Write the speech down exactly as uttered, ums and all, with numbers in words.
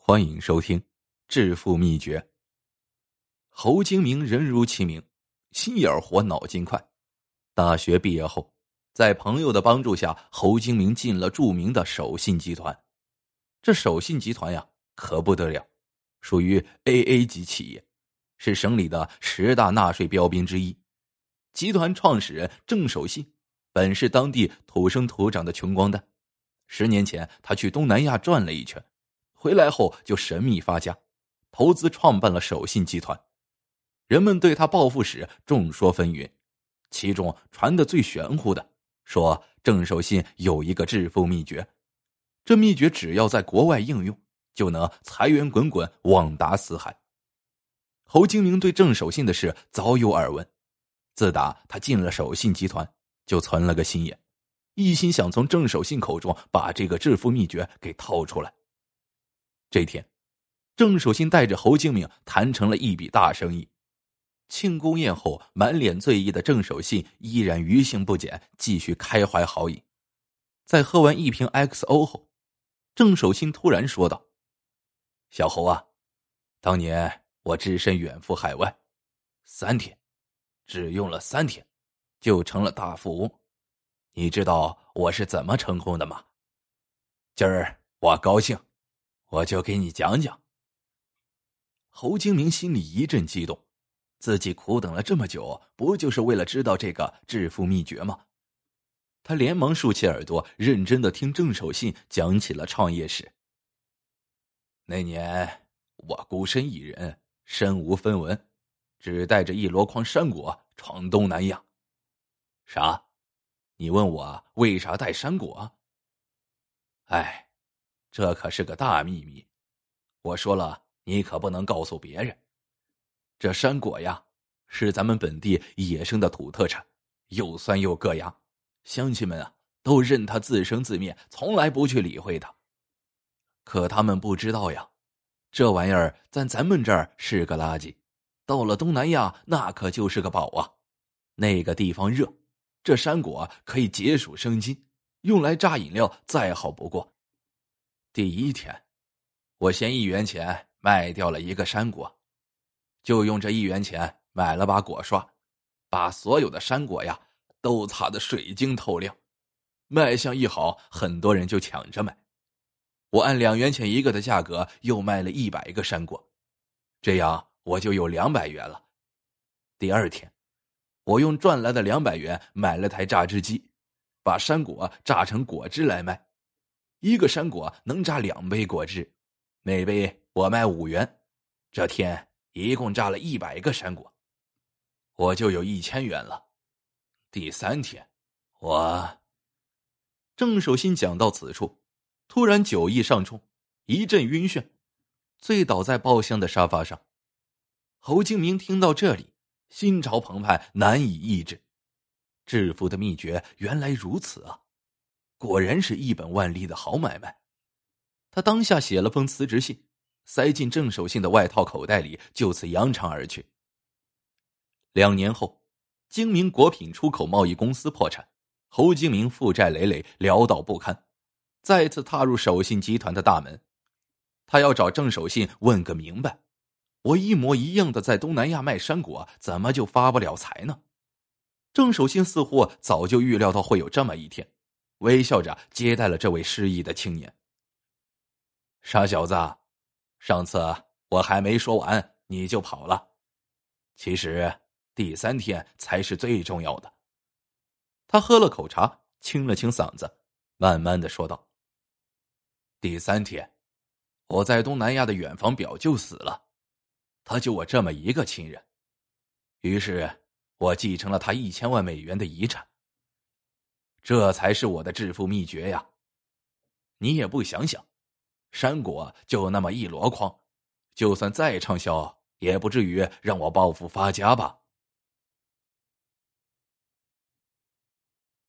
欢迎收听《致富秘诀》。侯精明人如其名，心眼活，脑筋快。大学毕业后，在朋友的帮助下，侯精明进了著名的手信集团。这手信集团呀，可不得了，属于 A A 级企业，是省里的十大纳税标兵之一。集团创始人郑守信本是当地土生土长的穷光蛋。十年前，他去东南亚转了一圈，回来后就神秘发家，投资创办了手信集团。人们对他暴富史众说纷纭，其中传得最玄乎的，说郑守信有一个致富秘诀，这秘诀只要在国外应用，就能财源滚滚，旺达四海。侯精明对郑守信的事早有耳闻，自打他进了手信集团，就存了个心眼，一心想从郑守信口中把这个致富秘诀给套出来。这天，郑守信带着侯精明谈成了一笔大生意。庆功宴后，满脸醉意的郑守信依然余兴不减，继续开怀豪饮。在喝完一瓶 X O 后，郑守信突然说道：“小侯啊，当年我只身远赴海外，三天，只用了三天，就成了大富翁。你知道我是怎么成功的吗？今儿我高兴，我就给你讲讲。”侯精明心里一阵激动，自己苦等了这么久，不就是为了知道这个致富秘诀吗？他连忙竖起耳朵，认真的听郑守信讲起了创业史。那年我孤身一人，身无分文，只带着一箩筐山果闯东南亚。啥？你问我为啥带山果？哎，这可是个大秘密，我说了你可不能告诉别人。这山果呀，是咱们本地野生的土特产，又酸又硌牙，乡亲们啊都认它自生自灭，从来不去理会它。可他们不知道呀，这玩意儿在咱们这儿是个垃圾，到了东南亚那可就是个宝啊。那个地方热，这山果可以解暑生津，用来榨饮料再好不过。第一天，我先一元钱卖掉了一个山果，就用这一元钱买了把果刷，把所有的山果呀都擦得水晶透亮。卖相一好，很多人就抢着买。我按两元钱一个的价格又卖了一百个山果，这样我就有两百元了。第二天，我用赚来的两百元买了台榨汁机，把山果榨成果汁来卖。一个山果能榨两杯果汁，每杯我卖五元。这天一共榨了一百个山果，我就有一千元了。第三天，我……郑守信讲到此处，突然酒意上冲，一阵晕眩，醉倒在包厢的沙发上。侯精明听到这里，心潮澎湃，难以抑制。致富的秘诀原来如此啊，果然是一本万利的好买卖。他当下写了封辞职信，塞进郑守信的外套口袋里，就此扬长而去。两年后，精明果品出口贸易公司破产，侯精明负债累累，潦倒不堪，再次踏入手信集团的大门。他要找郑守信问个明白，我一模一样的在东南亚卖山果，怎么就发不了财呢？郑守信似乎早就预料到会有这么一天，微笑着接待了这位失意的青年。傻小子，上次我还没说完你就跑了，其实第三天才是最重要的。他喝了口茶，清了清嗓子，慢慢的说道：第三天，我在东南亚的远房表舅死了，他就我这么一个亲人，于是我继承了他一千万美元的遗产。这才是我的致富秘诀呀！你也不想想，山果就那么一箩筐，就算再畅销，也不至于让我暴富发家吧。